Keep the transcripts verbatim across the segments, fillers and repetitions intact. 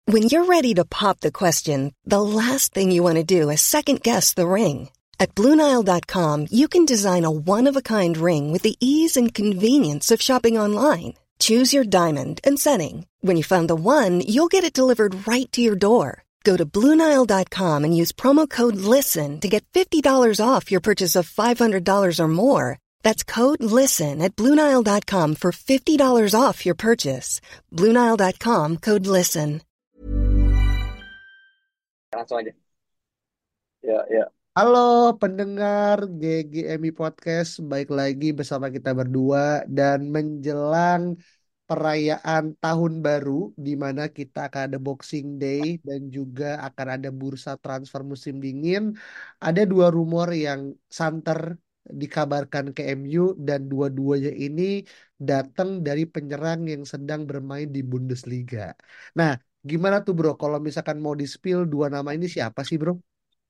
When you're ready to pop the question, the last thing you want to do is second-guess the ring. At Blue Nile dot com, you can design a one-of-a-kind ring with the ease and convenience of shopping online. Choose your diamond and setting. When you find the one, you'll get it delivered right to your door. Go to Blue Nile dot com and use promo code LISTEN to get fifty dollars off your purchase of five hundred dollars or more. That's code LISTEN at Blue Nile dot com for fifty dollars off your purchase. Blue Nile dot com, code LISTEN. Langsung aja. Ya, ya. Halo pendengar G G M I Podcast, baik lagi bersama kita berdua dan menjelang perayaan tahun baru di mana kita akan ada Boxing Day dan juga akan ada bursa transfer musim dingin. Ada dua rumor yang santer dikabarkan ke M U dan dua-duanya ini datang dari penyerang yang sedang bermain di Bundesliga. Nah, gimana tuh bro kalau misalkan mau di-spill dua nama ini siapa sih bro?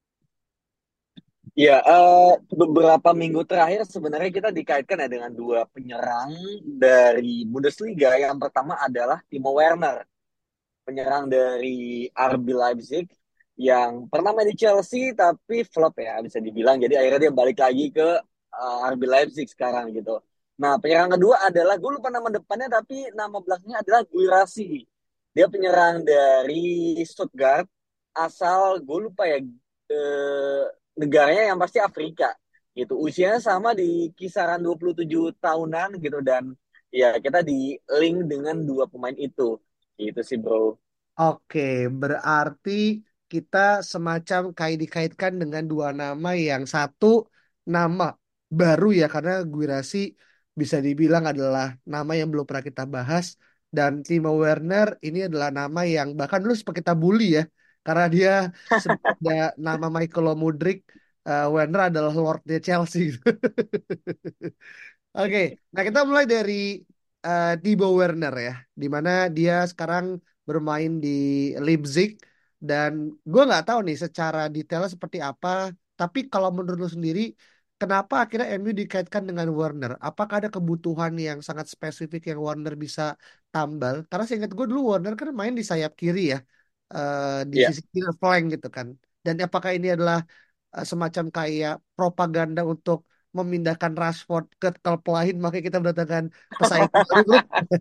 Ya, eh, beberapa minggu terakhir sebenarnya kita dikaitkan ya dengan dua penyerang dari Bundesliga. Yang pertama adalah Timo Werner, penyerang dari R B Leipzig yang pernah main di Chelsea tapi flop ya bisa dibilang. Jadi akhirnya dia balik lagi ke eh, R B Leipzig sekarang gitu. Nah, penyerang kedua adalah gue lupa nama depannya tapi nama belakangnya adalah Guirassy. Dia penyerang dari Stuttgart, asal gue lupa ya eh, negaranya yang pasti Afrika gitu. Usianya sama di kisaran dua puluh tujuh tahunan gitu dan ya kita di link dengan dua pemain itu. Gitu sih, bro. Oke, berarti kita semacam kayak dikaitkan dengan dua nama yang satu nama baru ya karena Guirassy bisa dibilang adalah nama yang belum pernah kita bahas dan Timo Werner ini adalah nama yang bahkan dulu sempat kita bully ya karena dia sempat ada nama Michael Mudryk, eh, Werner adalah Lordnya Chelsea. Oke, nah kita mulai dari eh, Thibaut Werner ya, di mana dia sekarang bermain di Leipzig dan gue nggak tahu nih secara detailnya seperti apa. Tapi kalau menurut lu sendiri, kenapa akhirnya M U dikaitkan dengan Werner? Apakah ada kebutuhan yang sangat spesifik yang Werner bisa tambal? Karena seingat gue dulu Werner kan main di sayap kiri ya, eh, di Iya. sisi kiri flank gitu kan. Dan apakah ini adalah eh, semacam kayak propaganda untuk memindahkan Rashford ke klub lain makanya kita mendatangkan pesaing baru bro.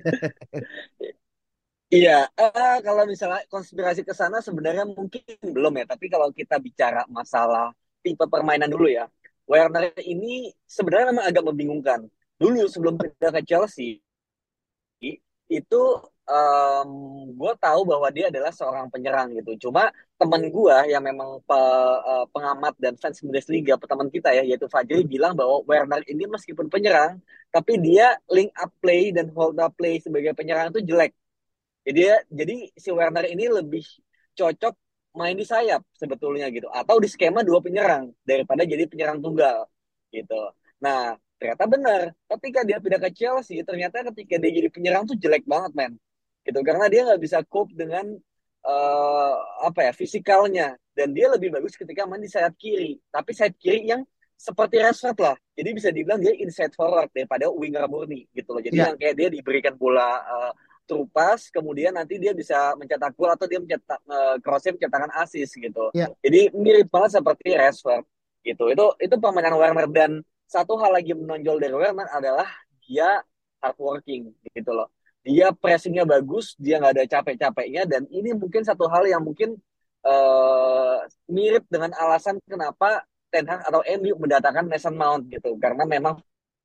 Iya, eh, kalau misalnya konspirasi ke sana sebenarnya mungkin belum ya, tapi kalau kita bicara masalah tipe permainan dulu ya, Werner ini sebenarnya memang agak membingungkan. Dulu sebelum pindah ke Chelsea, itu um, gue tahu bahwa dia adalah seorang penyerang gitu. Cuma teman gue yang memang pe- eh, pengamat dan fans Bundesliga, teman kita ya, yaitu Fajri bilang bahwa Werner ini meskipun penyerang, tapi dia link up play dan hold up play sebagai penyerang itu jelek. Jadi dia, jadi si Werner ini lebih cocok main di sayap sebetulnya gitu, atau di skema dua penyerang daripada jadi penyerang tunggal gitu. Nah, ternyata benar. Ketika dia pindah ke Chelsea, ternyata ketika dia jadi penyerang tuh jelek banget, men. Gitu, karena dia nggak bisa cope dengan eh, apa ya fisikalnya, dan dia lebih bagus ketika main di sayap kiri. Tapi sayap kiri yang seperti Rashford lah. Jadi bisa dibilang dia inside forward daripada winger murni gitu loh. Jadi Ya, yang kayak dia diberikan bola eh, through pass, kemudian nanti dia bisa mencetak gol atau dia mencetak uh, crossing mencetakkan assist gitu. ya. Jadi mirip banget seperti Rashford gitu. Itu itu permainan Werner, dan satu hal lagi menonjol dari Werner adalah dia hardworking gitu loh. Dia pressingnya bagus, dia nggak ada capek-capeknya, dan ini mungkin satu hal yang mungkin uh, mirip dengan alasan kenapa Ten Hag atau M U mendatangkan Mason Mount gitu, karena memang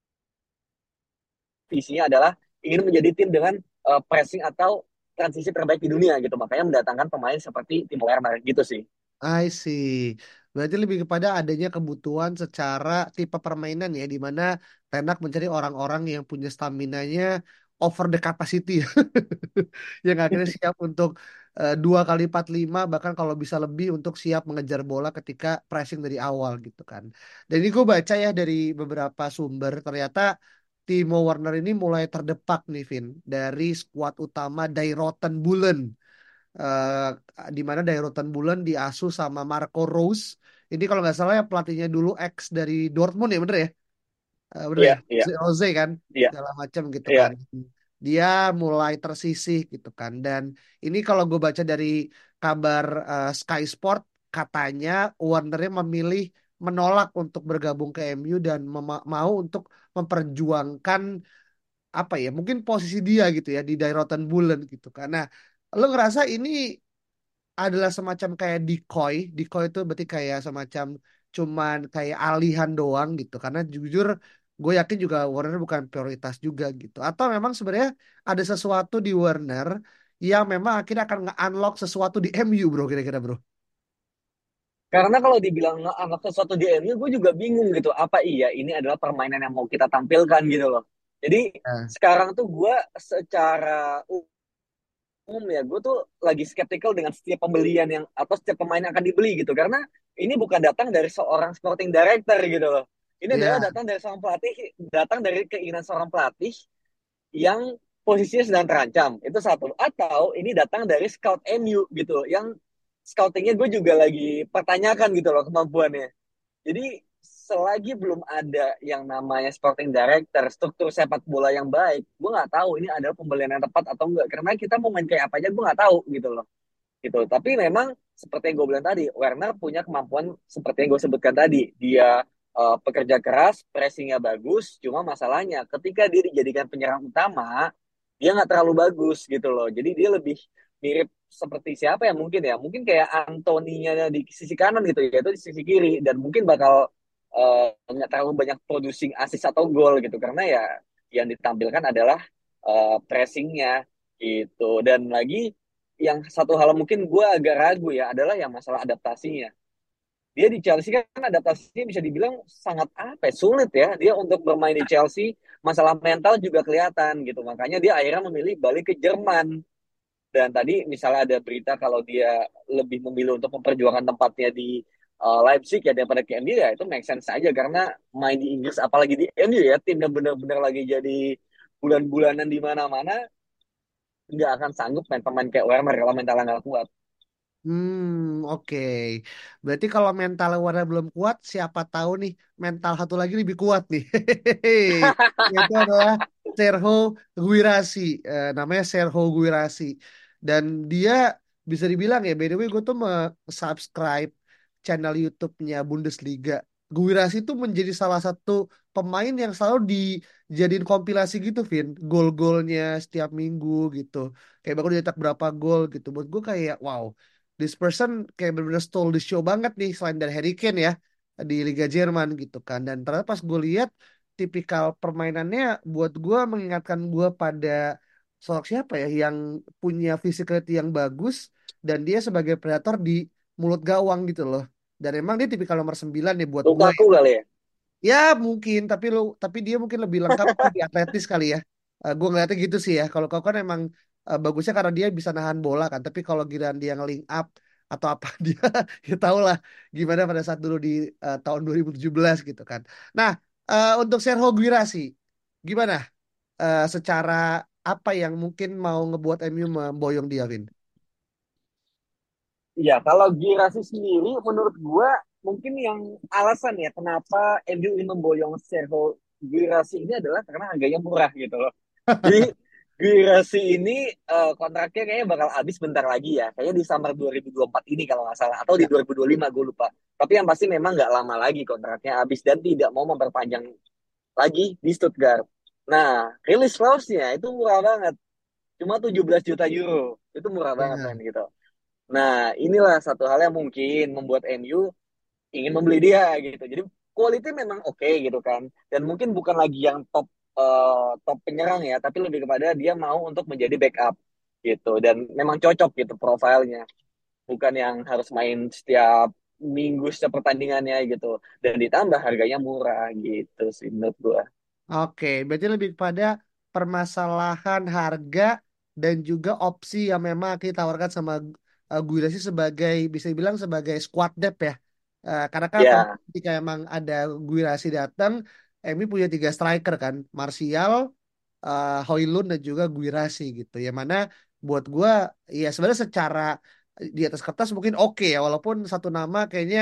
visinya adalah ingin menjadi tim dengan uh, pressing atau transisi terbaik di dunia gitu. Makanya mendatangkan pemain seperti Timo Werner gitu sih. I see. Berarti lebih kepada adanya kebutuhan secara tipe permainan ya, di mana Ten Hag mencari orang-orang yang punya stamina-nya over the capacity, yang akhirnya siap untuk eh, dua kali empat lima bahkan kalau bisa lebih untuk siap mengejar bola ketika pressing dari awal gitu kan. Dan ini gue baca ya dari beberapa sumber ternyata Timo Werner ini mulai terdepak nih Vin dari skuad utama Dayroten Bulen, eh di mana Dayroten Bulen diasuh sama Marco Rose. Ini kalau nggak salah ya pelatihnya dulu ex dari Dortmund ya bener ya? Eh, bener Iya, ya? iya, Jose kan iya, segala macam gitu iya. kan. dia mulai tersisih gitu kan. Dan ini kalau gue baca dari kabar eh, Sky Sport, katanya Warner-nya memilih menolak untuk bergabung ke M U dan mema- mau untuk memperjuangkan apa ya, mungkin posisi dia gitu ya di Dairotan Bulan gitu kan. Nah, lo ngerasa ini adalah semacam kayak decoy. Decoy itu berarti kayak semacam cuman kayak alihan doang gitu. Karena jujur gue yakin juga Warner bukan prioritas juga gitu. Atau memang sebenarnya ada sesuatu di Warner yang memang akhirnya akan nge-unlock sesuatu di M U bro, kira-kira bro. Karena kalau dibilang anggap sesuatu di M U, gue juga bingung gitu. Apa iya ini adalah permainan yang mau kita tampilkan gitu loh. Jadi Nah, sekarang tuh gue secara umum ya, gue tuh lagi skeptical dengan setiap pembelian yang atau setiap pemain yang akan dibeli gitu. Karena ini bukan datang dari seorang sporting director gitu loh. Ini adalah ya, datang dari seorang pelatih, datang dari keinginan seorang pelatih yang posisinya sedang terancam. Itu satu. Atau ini datang dari scout M U gitu, yang scoutingnya gue juga lagi pertanyakan gitu loh kemampuannya. Jadi selagi belum ada yang namanya sporting director, struktur sepak bola yang baik, gue nggak tahu ini adalah pembelian yang tepat atau enggak. Karena kita mau main kayak apa aja gue nggak tahu gitu loh. Gitu. Tapi memang seperti yang gue bilang tadi, Werner punya kemampuan seperti yang gue sebutkan tadi. Dia uh, pekerja keras, pressingnya bagus. Cuma masalahnya ketika dia dijadikan penyerang utama, dia nggak terlalu bagus gitu loh. Jadi dia lebih mirip seperti siapa ya mungkin ya, mungkin kayak Antoninya di sisi kanan gitu ya, itu di sisi kiri dan mungkin bakal uh, nggak terlalu banyak producing assist atau gol gitu karena ya yang ditampilkan adalah uh, pressingnya gitu. Dan lagi yang satu hal mungkin gue agak ragu ya adalah yang masalah adaptasinya. Dia di Chelsea kan adaptasinya bisa dibilang sangat apa ya, sulit ya. Dia untuk bermain di Chelsea masalah mental juga kelihatan gitu. Makanya dia akhirnya memilih balik ke Jerman. Dan tadi misalnya ada berita kalau dia lebih memilih untuk memperjuangkan tempatnya di uh, Leipzig ya daripada ke M U ya itu make sense saja karena main di Inggris apalagi di M U ya tim yang benar-benar lagi jadi bulan-bulanan di mana-mana nggak akan sanggup main pemain kayak Werner kalau mentalnya nggak kuat. hmm, oke. Berarti kalau mental Warner belum kuat, siapa tahu nih mental satu lagi lebih kuat nih. Itu adalah Serho Guirassy. Eh, namanya Serho Guirassy. Dan dia bisa dibilang ya, by the way gue tuh subscribe channel YouTube-nya Bundesliga. Guirassy itu menjadi salah satu pemain yang selalu dijadiin kompilasi gitu, Vin. Gol-golnya setiap minggu gitu. Kayak baru dicetak berapa gol gitu. Buat gue kayak, wow, this person kayak benar-benar stole the show banget nih selain dari Harry Kane ya di Liga Jerman gitu kan. Dan ternyata pas gue lihat tipikal permainannya buat gue mengingatkan gue pada sosok siapa ya yang punya physicality yang bagus dan dia sebagai predator di mulut gawang gitu loh. Dan emang dia tipikal nomor sembilan nih buat gue. Lukaku kali ya. Ya mungkin, tapi lu, tapi dia mungkin lebih lengkap lebih atletis kali ya. Eh gue ngeliatnya gitu sih ya. Kalau kau kan emang eh, bagusnya karena dia bisa nahan bola kan. Tapi kalau giliran dia nge-link up atau apa dia, ya tau lah gimana pada saat dulu di eh, tahun dua ribu tujuh belas gitu kan. Nah, eh, untuk Sergio Guirassy, gimana? Eh, secara apa yang mungkin mau ngebuat M U memboyong dia, Vin? Iya, kalau Girassi sendiri menurut gua mungkin yang alasan ya kenapa M U ini memboyong Sergio Girassi ini adalah karena harganya murah gitu loh. Jadi Girassi ini eh, kontraknya kayaknya bakal habis bentar lagi ya. Kayaknya di summer dua ribu dua puluh empat ini kalau nggak salah atau di Ya. dua ribu dua puluh lima gue lupa. Tapi yang pasti memang nggak lama lagi kontraknya habis dan tidak mau memperpanjang lagi di Stuttgart. Nah, release clause-nya itu murah banget. Cuma tujuh belas juta euro. Itu murah banget Ya. men gitu. Nah, inilah satu hal yang mungkin membuat M U ingin membeli dia gitu. Jadi quality memang oke okay, gitu kan. Dan mungkin bukan lagi yang top eh, top penyerang ya, tapi lebih kepada dia mau untuk menjadi backup gitu. Dan memang cocok gitu profilnya. Bukan yang harus main setiap minggu setiap pertandingannya gitu. Dan ditambah harganya murah gitu sih menurut gua. Oke, berarti lebih kepada permasalahan harga dan juga opsi yang memang ditawarkan sama uh, Guirassy sebagai bisa dibilang sebagai squad depth ya. Eh, karena kan otomatis Ya, ketika emang ada Guirassy datang, M U punya tiga striker kan, Martial, uh, Højlund dan juga Guirassy gitu. Yang mana buat gua ya sebenarnya secara di atas kertas mungkin oke ya, walaupun satu nama kayaknya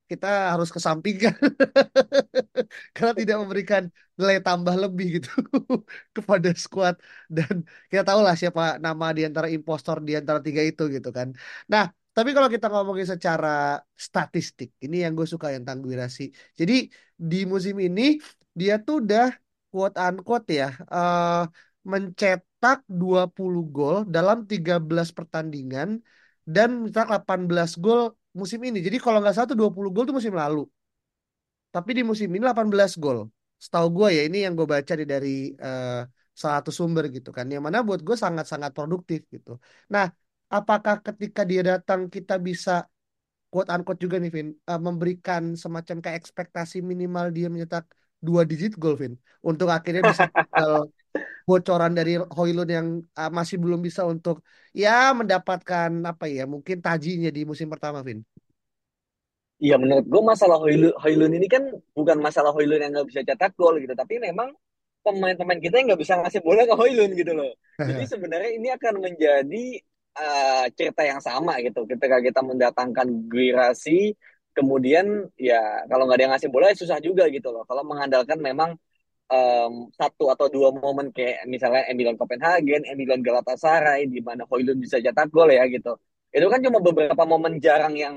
kita harus kesampingkan karena tidak memberikan nilai tambah lebih gitu kepada skuad dan kita tahu lah siapa nama di antara impostor di antara tiga itu gitu kan. Nah, tapi kalau kita ngomongin secara statistik, ini yang gue suka yang Tangguh Wirasi. Jadi di musim ini dia tuh udah quote unquote ya eh, mencetak dua puluh gol dalam tiga belas pertandingan dan mencetak delapan belas gol musim ini. Jadi kalau nggak salah tuh dua puluh gol tuh musim lalu. Tapi di musim ini delapan belas gol. Setahu gue ya ini yang gue baca di dari eh, salah satu sumber gitu kan. Yang mana buat gue sangat-sangat produktif gitu. Nah, apakah ketika dia datang kita bisa quote unquote juga nih Vin eh, memberikan semacam kayak ekspektasi minimal dia mencetak dua digit gol Vin untuk akhirnya bisa tinggal bocoran dari Hoylund yang eh, masih belum bisa untuk ya mendapatkan apa ya mungkin tajinya di musim pertama Vin. Iya menurut gue masalah Hoylund, Hoylund ini kan bukan masalah Hoylund yang nggak bisa cetak gol gitu, tapi memang pemain-pemain kita yang nggak bisa ngasih bola ke Hoylund gitu loh. Jadi sebenarnya ini akan menjadi uh, cerita yang sama gitu. Ketika kita mendatangkan Guirassy, kemudian ya kalau nggak ada yang ngasih bola ya susah juga gitu loh. Kalau mengandalkan memang um, satu atau dua momen kayak misalnya Emilan Copenhagen, Emilan Galatasaray, di mana Hoylund bisa cetak gol ya gitu. Itu kan cuma beberapa momen jarang yang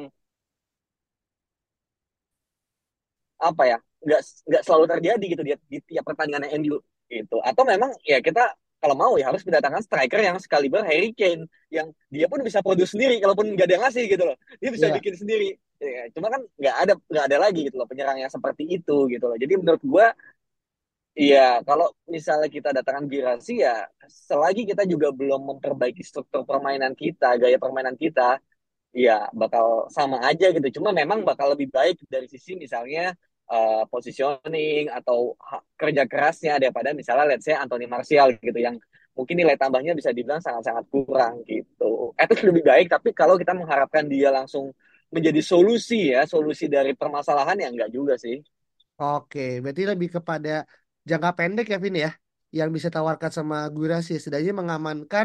apa ya nggak nggak selalu terjadi gitu di, di tiap pertandingan M U gitu atau memang ya kita kalau mau ya harus mendatangkan striker yang sekaliber Harry Kane yang dia pun bisa produce sendiri kalaupun nggak ada yang ngasih gitu loh dia bisa Iya. bikin sendiri ya, cuma kan nggak ada nggak ada lagi gitu loh penyerang yang seperti itu gitu loh jadi menurut gua ya kalau misalnya kita datangkan Girassi ya selagi kita juga belum memperbaiki struktur permainan kita gaya permainan kita ya bakal sama aja gitu. Cuma memang bakal lebih baik dari sisi misalnya uh, positioning atau ha- kerja kerasnya daripada misalnya let's say Anthony Martial gitu yang mungkin nilai tambahnya bisa dibilang sangat-sangat kurang gitu. Itu lebih baik tapi kalau kita mengharapkan dia langsung menjadi solusi ya, solusi dari permasalahan ya enggak juga sih. Oke, berarti lebih kepada jangka pendek ya Vin ya, yang bisa tawarkan sama Guirassy setidaknya mengamankan.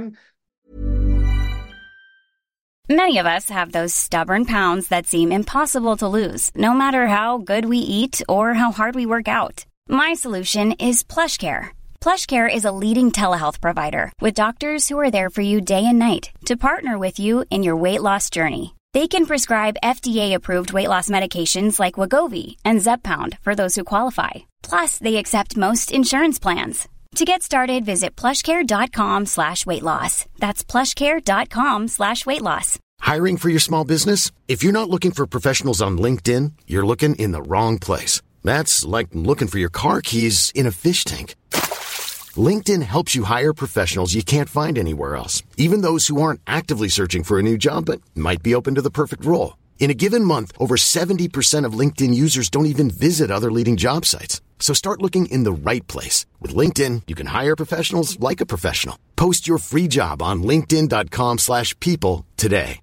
Many of us have those stubborn pounds that seem impossible to lose, no matter how good we eat or how hard we work out. My solution is PlushCare. PlushCare is a leading telehealth provider with doctors who are there for you day and night to partner with you in your weight loss journey. They can prescribe F D A-approved weight loss medications like Wegovy and Zepbound for those who qualify. Plus, they accept most insurance plans. To get started, visit plushcare.com slash weight loss. That's plushcare.com slash weight loss. Hiring for your small business? If you're not looking for professionals on LinkedIn, you're looking in the wrong place. That's like looking for your car keys in a fish tank. LinkedIn helps you hire professionals you can't find anywhere else, even those who aren't actively searching for a new job but might be open to the perfect role. In a given month, over seventy percent of LinkedIn users don't even visit other leading job sites. So start looking in the right place. With LinkedIn, you can hire professionals like a professional. Post your free job on linkedin.com slash people today.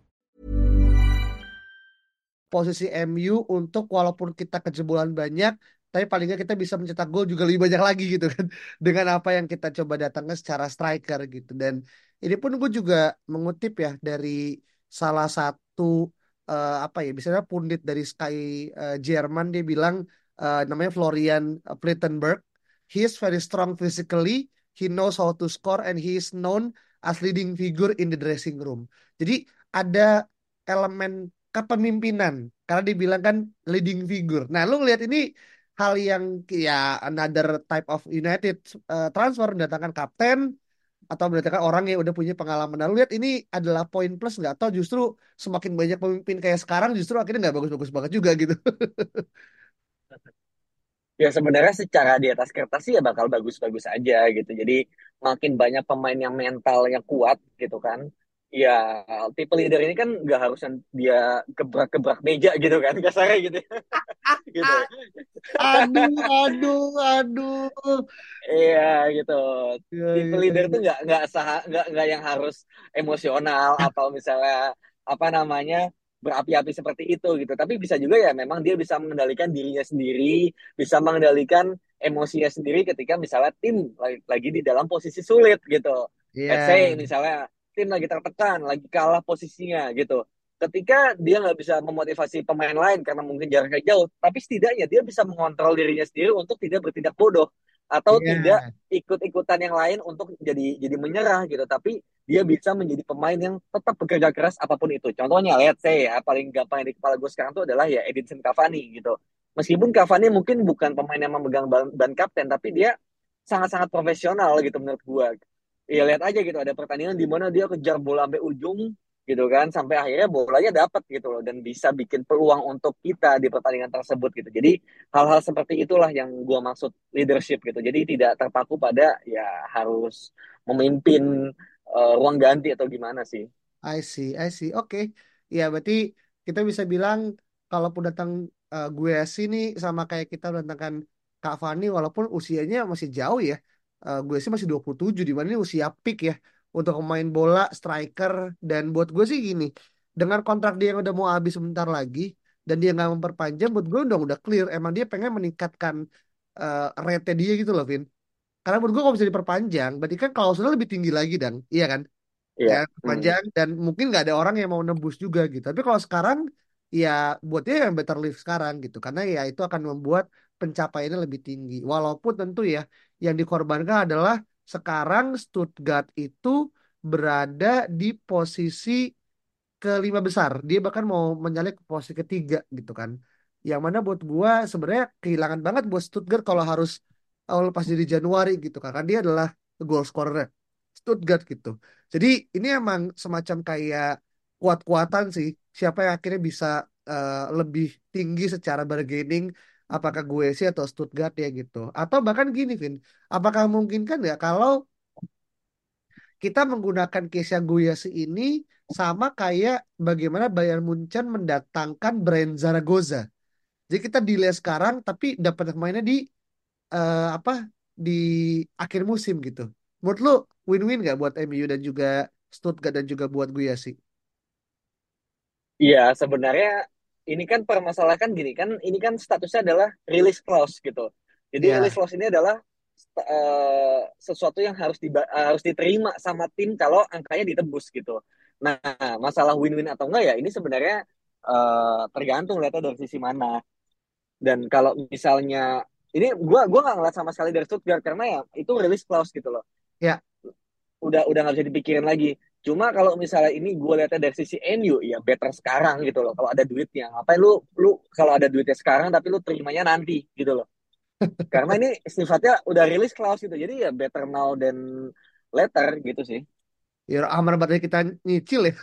Posisi M U untuk walaupun kita kejebolan banyak, tapi paling nggak kita bisa mencetak gol juga lebih banyak lagi gitu kan. Dengan apa yang kita coba datangkan secara striker gitu. Dan ini pun gue juga mengutip ya dari salah satu eh, apa ya, misalnya pundit dari Sky eh, Jerman dia bilang eh, namanya Florian Plettenberg. He is very strong physically, he knows how to score and he is known as leading figure in the dressing room. Jadi ada elemen kepemimpinan karena dibilang kan leading figure. Nah, lu ngelihat ini hal yang ya another type of United eh, transfer mendatangkan kapten atau mendatangkan orang yang udah punya pengalaman. Nah, lu lihat ini adalah poin plus nggak? Atau justru semakin banyak pemimpin kayak sekarang justru akhirnya nggak bagus-bagus banget juga gitu. Ya sebenarnya secara di atas kertas sih ya bakal bagus-bagus aja gitu. Jadi makin banyak pemain yang mentalnya kuat gitu kan. Ya tipe leader ini kan nggak harus yang dia gebrak-gebrak meja gitu kan kasarnya gitu gitu. Aduh, aduh, aduh. Iya gitu. Ya, Tipe ya, leader tuh ya. nggak nggak sah nggak nggak yang harus emosional atau misalnya apa namanya berapi-api seperti itu gitu. Tapi bisa juga ya memang dia bisa mengendalikan dirinya sendiri, bisa mengendalikan emosinya sendiri ketika misalnya tim lagi, lagi di dalam posisi sulit gitu. Let's say Iya. misalnya tim lagi tertekan, lagi kalah posisinya gitu. ketika dia nggak bisa memotivasi pemain lain karena mungkin jaraknya jauh, tapi setidaknya dia bisa mengontrol dirinya sendiri untuk tidak bertindak bodoh atau tidak Iya. ikut-ikutan yang lain untuk jadi jadi menyerah gitu. Tapi dia bisa menjadi pemain yang tetap bekerja keras apapun itu. Contohnya, let's say ya, paling gampang yang di kepala gue sekarang tuh adalah ya Edinson Cavani gitu. Meskipun Cavani mungkin bukan pemain yang memegang ban, ban kapten, tapi dia sangat-sangat profesional gitu menurut gue. Ya lihat aja gitu, ada pertandingan di mana dia kejar bola sampai ujung gitu kan, sampai akhirnya bolanya dapat gitu loh, dan bisa bikin peluang untuk kita di pertandingan tersebut gitu. Jadi hal-hal seperti itulah yang gua maksud leadership gitu. Jadi tidak terpaku pada ya harus memimpin eh, ruang ganti atau gimana sih. I see, I see. Oke. Ya, berarti kita bisa bilang kalaupun datang uh, gue sih nih sama kayak kita mendatangkan Kak Fani walaupun usianya masih jauh ya. Uh, gue sih masih dua puluh tujuh di mana ini usia peak ya untuk pemain bola, striker dan buat gue sih gini. Dengan kontrak dia yang udah mau habis sebentar lagi dan dia nggak memperpanjang, buat gue udah udah clear. Emang dia pengen meningkatkan uh, rate dia gitu loh, Vin. Karena menurut gue kalau bisa diperpanjang, berarti kan klausulnya lebih tinggi lagi dan iya kan? Iya. Ya Hmm. panjang dan mungkin nggak ada orang yang mau nembus juga gitu. Tapi kalau sekarang ya buat dia yang better live sekarang gitu karena ya itu akan membuat pencapaiannya lebih tinggi. Walaupun tentu ya yang dikorbankan adalah sekarang Stuttgart itu berada di posisi kelima besar. Dia bahkan mau menyalip ke posisi ketiga gitu kan. Yang mana buat gua sebenarnya kehilangan banget buat Stuttgart kalau harus awal pas jadi Januari gitu kan. Karena dia adalah goal scorer Stuttgart gitu. Jadi ini emang semacam kayak kuat-kuatan sih. Siapa yang akhirnya bisa eh, lebih tinggi secara bargaining, apakah gue sih atau Stuttgart ya gitu. Atau bahkan gini, Vin, apakah mungkin kan ya kalau kita menggunakan Kesha Guyasi ini sama kayak bagaimana Bayern Munchen mendatangkan Brand Zaragoza. Jadi kita delay sekarang tapi dapat pemainnya di eh, apa di akhir musim gitu. Menurut lu win-win nggak buat M U dan juga Stuttgart dan juga buat Guyasi? Iya, sebenarnya ini kan permasalahan gini kan, ini kan statusnya adalah release clause gitu. Jadi release Ya, clause ini adalah eh, sesuatu yang harus diba- harus diterima sama tim kalau angkanya ditebus gitu. Nah, masalah win-win atau enggak ya ini sebenarnya eh, tergantung lihatnya dari sisi mana. Dan kalau misalnya ini gua gua nggak ngeliat sama sekali dari Stuttgart karena ya itu release clause gitu loh, ya, udah udah nggak bisa dipikirin lagi. Cuma kalau misalnya ini gue lihatnya dari sisi M U ya better sekarang gitu loh. Kalau ada duitnya, ngapain lu lu kalau ada duitnya sekarang tapi lu terimanya nanti gitu loh. Karena ini sifatnya udah rilis clause gitu. Jadi ya better now than later gitu sih. ya aman banget kita nyicil ya.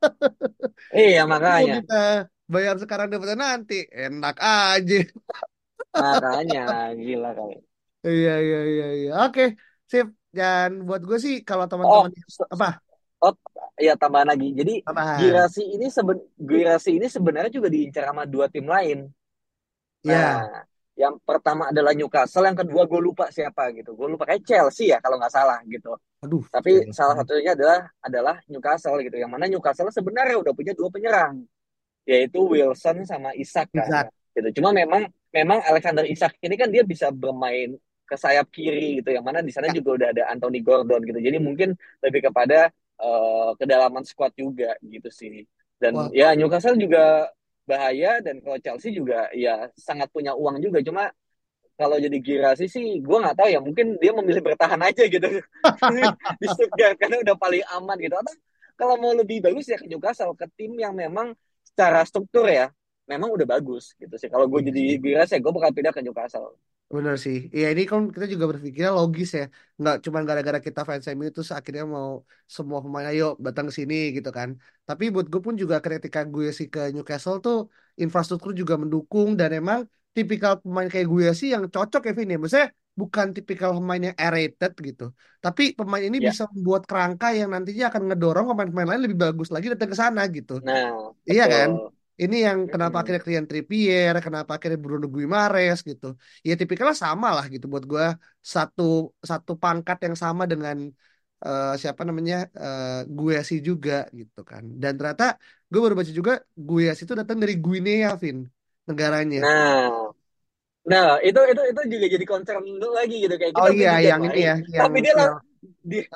Iya Tapi mau makanya, kita bayar sekarang dapatnya nanti, enak aja. makanya gila kali. Iya, iya, iya, iya. Oke, sip. Dan buat gue sih kalau Oh, teman-teman so- apa so- oh ya tambahan lagi. Jadi tambahan? Girasi ini seben Girasi ini sebenarnya juga diincar sama dua tim lain. Ya, Nah, yang pertama adalah Newcastle, yang kedua gue lupa siapa gitu. Gue lupa kayak Chelsea ya kalau nggak salah gitu. aduh, Tapi salah Chelsea. satunya adalah adalah Newcastle gitu. Yang mana Newcastle sebenarnya udah punya dua penyerang, yaitu Wilson sama Isak kan. Isak. Gitu. Cuma memang memang Alexander Isak ini kan dia bisa bermain ke sayap kiri gitu. Yang mana di sana Ya, juga udah ada Anthony Gordon gitu. Jadi mungkin lebih kepada eh, kedalaman squad juga gitu sih. Dan wah, ya Newcastle juga bahaya, dan kalau Chelsea juga ya sangat punya uang juga. Cuma kalau jadi Girasi sih gue nggak tahu ya, mungkin dia memilih bertahan aja gitu di Stuttgart karena udah paling aman gitu. Atau kalau mau lebih bagus ya ke Newcastle, ke tim yang memang secara struktur ya memang udah bagus gitu sih. Kalau gue iya jadi sih. Girasi ya gue bakal pindah ke Newcastle. Bener sih. Ya ini kan kita juga berpikirnya logis ya. Nggak cuma gara-gara kita fans M U terus akhirnya mau semua pemain ayo datang ke sini gitu kan. Tapi buat gue pun juga ketika gue sih ke Newcastle tuh infrastruktur juga mendukung dan emang tipikal pemain kayak gue sih yang cocok ya Vin ya. Maksudnya bukan tipikal pemain yang aerated gitu. Tapi pemain ini Ya, bisa membuat kerangka yang nantinya akan ngedorong pemain-pemain lain lebih bagus lagi datang ke sana gitu. nah Iya kan? betul. Ini yang kenapa Mm-mm. akhirnya klien Trippier, kenapa akhirnya Bruno Guimaraes gitu. Ya tipikalnya sama lah gitu buat gua satu satu pangkat yang sama dengan eh, siapa namanya uh, Guesi juga gitu kan. Dan ternyata gue baru baca juga Guesi itu datang dari Guinea, Vin, negaranya. Nah, nah itu itu itu juga jadi concern lu lagi gitu, kayak Oh kita udah iya, di yang ini Januari ya, yang tapi dia yang la- di apa?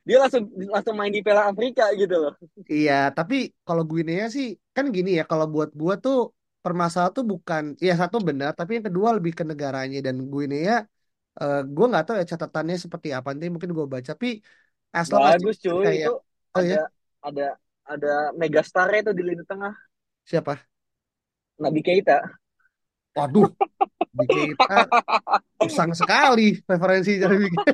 dia langsung langsung main di Piala Afrika gitu loh. Iya, tapi kalau Guinea sih kan gini ya, kalau buat gua tuh permasalahan tuh bukan, ya satu benar, tapi yang kedua lebih ke negaranya dan Guinea, eh, gua nggak tahu ya catatannya seperti apa nanti mungkin gua baca, tapi as long as Bagus cuy, kayak, itu oh ya ada ada ada megastar itu di lini tengah, siapa? Naby Keita. Waduh, di kita usang sekali referensi dari Wigan.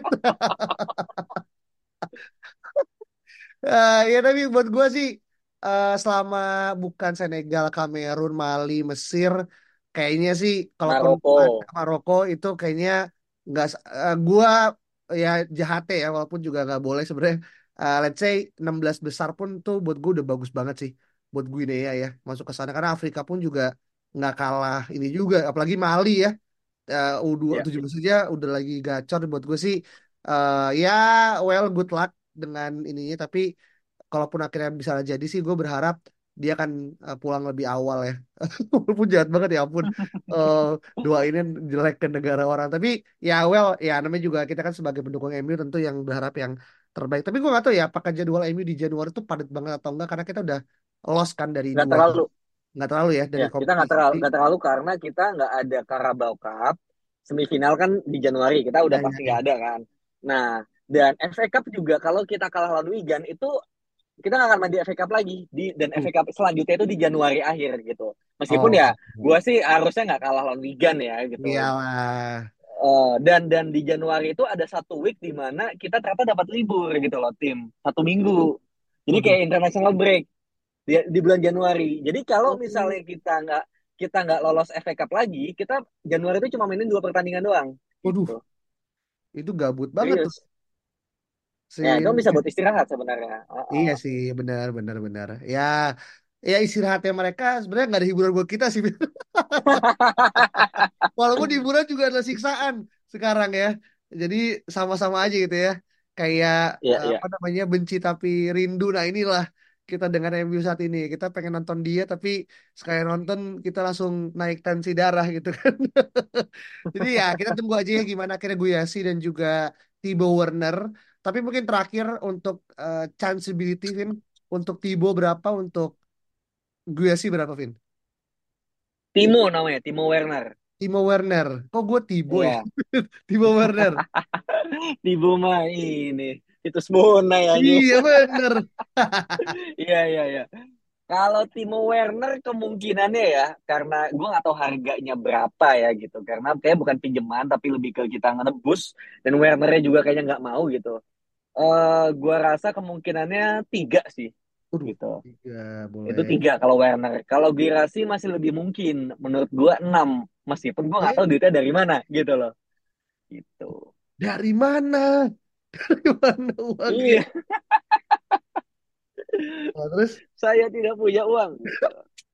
Eh, ya tapi buat gue sih eh, selama bukan Senegal, Kamerun, Mali, Mesir, kayaknya sih kalaupun ada Maroko. Maroko itu kayaknya nggak. Uh, gue ya jahat ya walaupun juga nggak boleh sebenarnya. Eh, let's say enam belas besar pun tuh buat gue udah bagus banget sih buat Guinea ya masuk ke sana karena Afrika pun juga nggak kalah ini juga apalagi Mali ya, eh, U dua Ya, tujuh belas saja udah lagi gacor buat gue sih. Eh, ya well good luck dengan ininya tapi kalaupun akhirnya bisa jadi sih gue berharap dia akan eh, pulang lebih awal ya. Walaupun jahat banget ya ampun. Eh doainnya jelek ke negara orang tapi ya well ya namanya juga kita kan sebagai pendukung M U tentu yang berharap yang terbaik tapi gue gak tahu ya apakah jadwal M U di Januari itu padat banget atau enggak karena kita udah lost kan dari nggak dua terlalu. nggak terlalu ya dari Ya, kita nggak kompetisi. terlalu nggak terlalu karena kita nggak ada Carabao Cup semifinal kan di Januari, kita udah Ya, ya, pasti ya. nggak ada kan. Nah, dan F A Cup juga kalau kita kalah lawan Wigan itu kita nggak akan main di F A Cup lagi di dan Hmm. F A Cup selanjutnya itu di Januari akhir gitu. Meskipun ya Oh, gue sih harusnya nggak kalah lawan Wigan ya gitu. iyalah. Eh, dan dan di Januari itu ada satu week di mana kita ternyata dapat libur gitu loh tim satu minggu. Jadi Waduh. kayak international break di, di bulan Januari. Jadi kalau Oh, misalnya kita nggak kita nggak lolos F A Cup lagi, kita Januari itu cuma mainin dua pertandingan doang waduh, gitu. itu gabut banget tuh. Serius. Ya, itu Si bisa buat istirahat sebenarnya. Iya Uh-uh. sih, benar, benar, benar. Ya, ya istirahatnya mereka sebenarnya nggak ada hiburan buat kita sih. Walaupun hiburan juga adalah siksaan sekarang ya. Jadi sama-sama aja gitu ya. Kayak Iya, eh, iya. apa namanya benci tapi rindu. Nah inilah kita dengan M U saat ini. Kita pengen nonton dia tapi sekali nonton kita langsung naik tensi darah gitu kan. Jadi ya kita tunggu aja ya gimana akhirnya Guyasi dan juga Thibaut Werner. Tapi mungkin terakhir untuk eh, chanceability Vin. Untuk Thibaut berapa? Untuk Guyasi berapa Vin? Timo namanya, Timo Werner. Timo Werner. Kok gue Thibaut ya? Iya. Timo Werner. Timo mah ini itu Bona ya anjing. Iya bener. Iya, iya, iya. Kalau Timo Werner kemungkinannya ya, karena gue nggak tahu harganya berapa ya gitu. Karena kayak bukan pinjaman, tapi lebih ke kita ngebus. Dan Wernernya juga kayaknya nggak mau gitu. Eh gue rasa kemungkinannya tiga sih Waduh, gitu. tiga Itu boleh. tiga kalau Werner. Kalau Girassi masih lebih mungkin. Menurut gue enam. Meskipun gue nggak Eh, tahu duitnya dari mana gitu loh. Gitu. dari mana? Dari mana uangnya? Iya, Nah, terus, saya tidak punya uang gitu.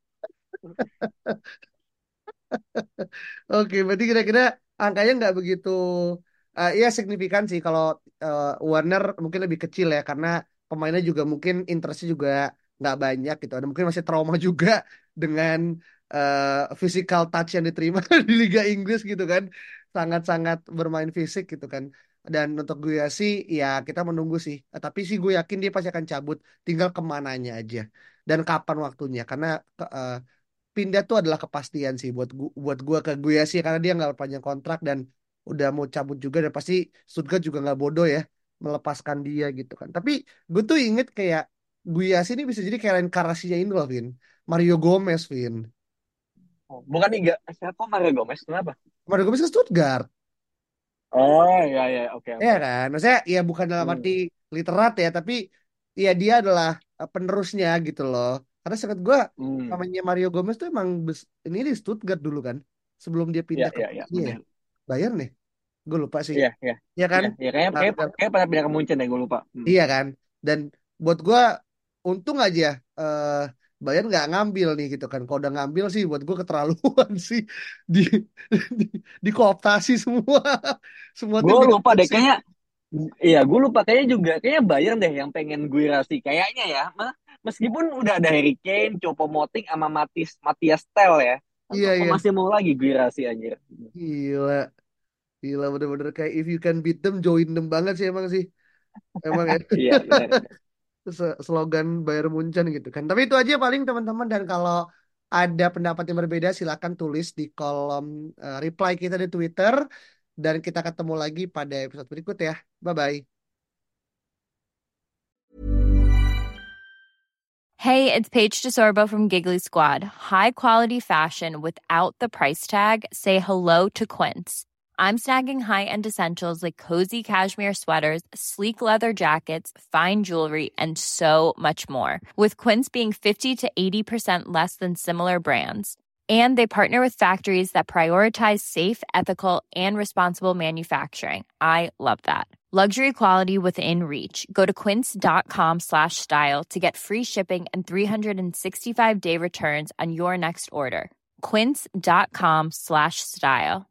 oke, berarti kira-kira angkanya nggak begitu, eh, ya signifikan sih kalau eh, Warner mungkin lebih kecil ya karena pemainnya juga mungkin interestnya juga nggak banyak gitu. Ada mungkin masih trauma juga dengan eh, physical touch yang diterima di Liga Inggris gitu kan, sangat-sangat bermain fisik gitu kan. Dan untuk gue sih, ya kita menunggu sih. Eh, tapi sih gue yakin dia pasti akan cabut, tinggal kemananya aja dan kapan waktunya. Karena eh, pindah tuh adalah kepastian sih buat gua, buat gua ke gue sih karena dia nggak panjang kontrak dan udah mau cabut juga dan pasti Stuttgart juga nggak bodoh ya melepaskan dia gitu kan. Tapi gue tuh inget kayak gue sih ini bisa jadi kayak reinkarnasinya ini loh, Vin. Mario Gomez, Vin. Oh, bukan Iga. Siapa Mario Gomez? Kenapa? Mario Gomez ke Stuttgart. Oh, iya, iya. Oke, Ya oke. kan? Maksudnya ya bukan dalam arti Hmm. literat ya, tapi ya dia adalah eh, penerusnya gitu loh. Karena seingat gue Hmm. namanya Mario Gomez tuh emang bes- ini di Stuttgart dulu kan. Sebelum dia Iya, pindah ke iya, iya. ini ya. Benar. Bayern nih. Gue lupa sih. Iya, iya. Iya kan? Iya, iya. Kayaknya, Nah, kayak, dan, kayak pernah pindah ke Munchen deh, gue lupa. Hmm. iya kan? Dan buat gue untung aja eh Bayern nggak ngambil nih gitu kan. Kalau udah ngambil sih buat gue keterlaluan sih di, di dikooptasi semua semua tim Gue lupa deh, dikooptasi. kayaknya. Iya, gue lupa. Kayaknya juga. Kayaknya Bayern deh yang pengen gue rasi. Kayaknya ya. Ma- Meskipun udah ada Harry Kane, Choupo-Moting, sama Matis, Matias Tel ya. Iya Kok iya. masih mau lagi gue rasi anjir. Gila, gila bener-bener kayak if you can beat them, join them banget sih emang sih. Emang ya. Iya, benar. Se- Slogan Bayern Munchen gitu kan. Tapi itu aja paling teman-teman, dan kalau ada pendapat yang berbeda silakan tulis di kolom eh, reply kita di Twitter, dan kita ketemu lagi pada episode berikut ya. Bye bye. Hey, it's Paige DeSorbo from Giggly Squad. High quality fashion without the price tag. Say hello to Quince. I'm snagging high-end essentials like cozy cashmere sweaters, sleek leather jackets, fine jewelry, and so much more. With Quince being fifty to eighty percent less than similar brands. And they partner with factories that prioritize safe, ethical, and responsible manufacturing. I love that. Luxury quality within reach. Go to quince.com slash style to get free shipping and three sixty-five day returns on your next order. Quince.com slash style.